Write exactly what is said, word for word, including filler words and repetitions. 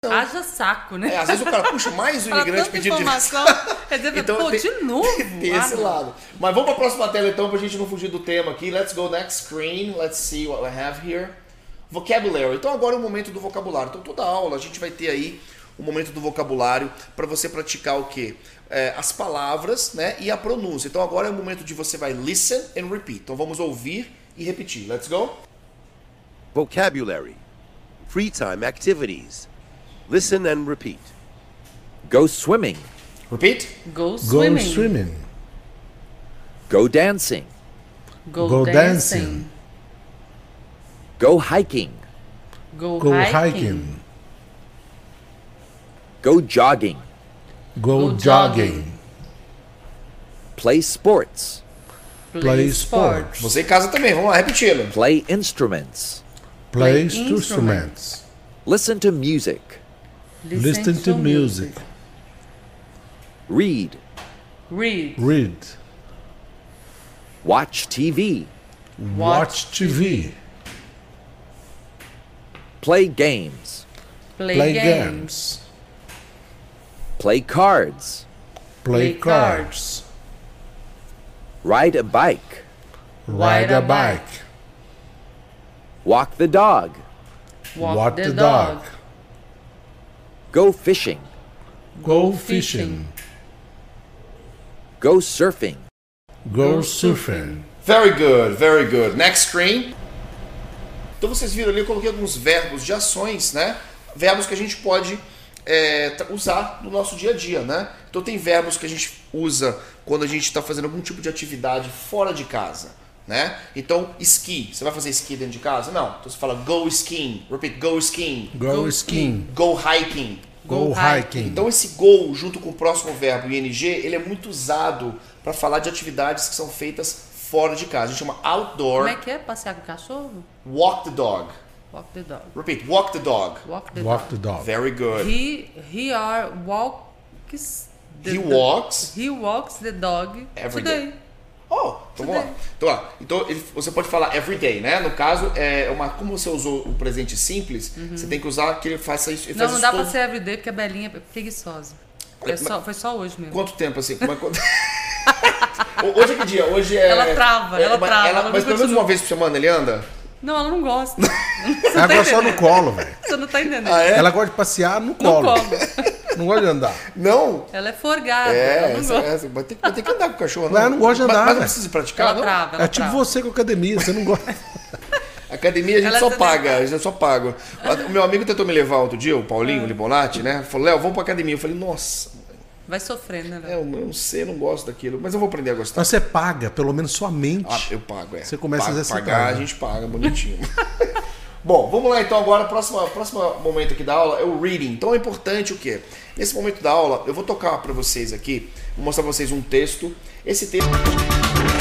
Não. Haja saco, né? É, às vezes o cara puxa mais um imigrante pedindo informação. Quer dizer, então, pô, tem, de novo? Tem esse ah, lado. Mas vamos para a próxima tela então, pra gente não fugir do tema aqui. Let's go next screen. Let's see what we have here. Vocabulary. Então agora é o momento do vocabulário. Então toda aula a gente vai ter aí o momento do vocabulário para você praticar o quê? É, as palavras, né, e a pronúncia. Então agora é o momento de você vai listen and repeat. Então vamos ouvir e repetir. Let's go. Vocabulary. Free time activities. Listen and repeat. Go swimming. Repeat. Go swimming. Go swimming. Go dancing. Go, Go dancing. dancing. Go hiking. Go, Go hiking. hiking. Go jogging. Go, Go jogging. jogging. Play sports. Play, Play sports. sports. Você em casa também, vamos lá, repetindo. Play instruments. Play Play instruments. Listen to music. Listen to music. Read. Read. Read. Watch T V. Watch T V. Play games. Play, Play games. games. Play cards. Play Play cards. Ride a bike. Ride a bike. Walk the dog. Walk, Walk the, the dog. dog. Go fishing. Go fishing. fishing. Go surfing. Go Go surfing. Very good, very good. Next screen. Então vocês viram ali, eu coloquei alguns verbos de ações, né? Verbos que a gente pode é, usar no nosso dia a dia, né? Então tem verbos que a gente usa quando a gente está fazendo algum tipo de atividade fora de casa, né? Então, ski. Você vai fazer ski dentro de casa? Não. Então você fala go skiing. Repeat, go skiing. Go skiing. Go hiking. Go hiking. Então esse go junto com o próximo verbo ing, ele é muito usado para falar de atividades que são feitas fora de casa. A gente chama outdoor. Como é que é passear com o cachorro? Walk the dog. Walk the dog. Repeat, walk the dog. Walk the Walk the dog. dog. Very good. He, he are walks... The, He walks He walks the dog every today. day. Oh, então vamos lá. Então, ó, então ele, você pode falar everyday, né? No caso, é uma, como você usou o presente simples, Uhum. você tem que usar que ele faça isso. Ele Não, faz não isso dá todo... pra ser everyday porque a Belinha é preguiçosa. Foi, Mas- só, foi só hoje mesmo. Quanto tempo assim? Como é, quanto... Hoje é que dia? Hoje é. Ela trava, ela mas trava, ela- ela mas não pelo menos continua. uma vez por semana ele anda? Não, ela não gosta. Ela só no colo, velho. Você não tá entendendo. Ah, é? Ela gosta de passear no No colo. colo. Não gosta de andar. Não? Ela é forgada. É, ela não essa, gosta. essa, vai, ter, vai ter que andar com o cachorro. Mas eu não gosto de andar, Mas, mas não velho. precisa praticar, Ela não? trava, ela É tipo trava. você com academia, você não gosta. Academia a gente Ela só se paga, dedica. a gente só paga. O meu amigo tentou me levar outro dia, o Paulinho, o Libonati, né? Falou, Léo, vamos pra academia. Eu falei, nossa, Vai sofrendo, né? é, Léo? eu não sei, eu não gosto daquilo, mas eu vou aprender a gostar. Mas você paga, pelo menos sua mente. Ah, eu pago, é. Você começa Pago, a exercitar, pagar, né? a gente paga, bonitinho. Bom, vamos lá então agora, próximo, próximo momento aqui da aula é o reading. Então é importante o quê? Nesse momento da aula, eu vou tocar para vocês aqui, vou mostrar para vocês um texto. Esse texto...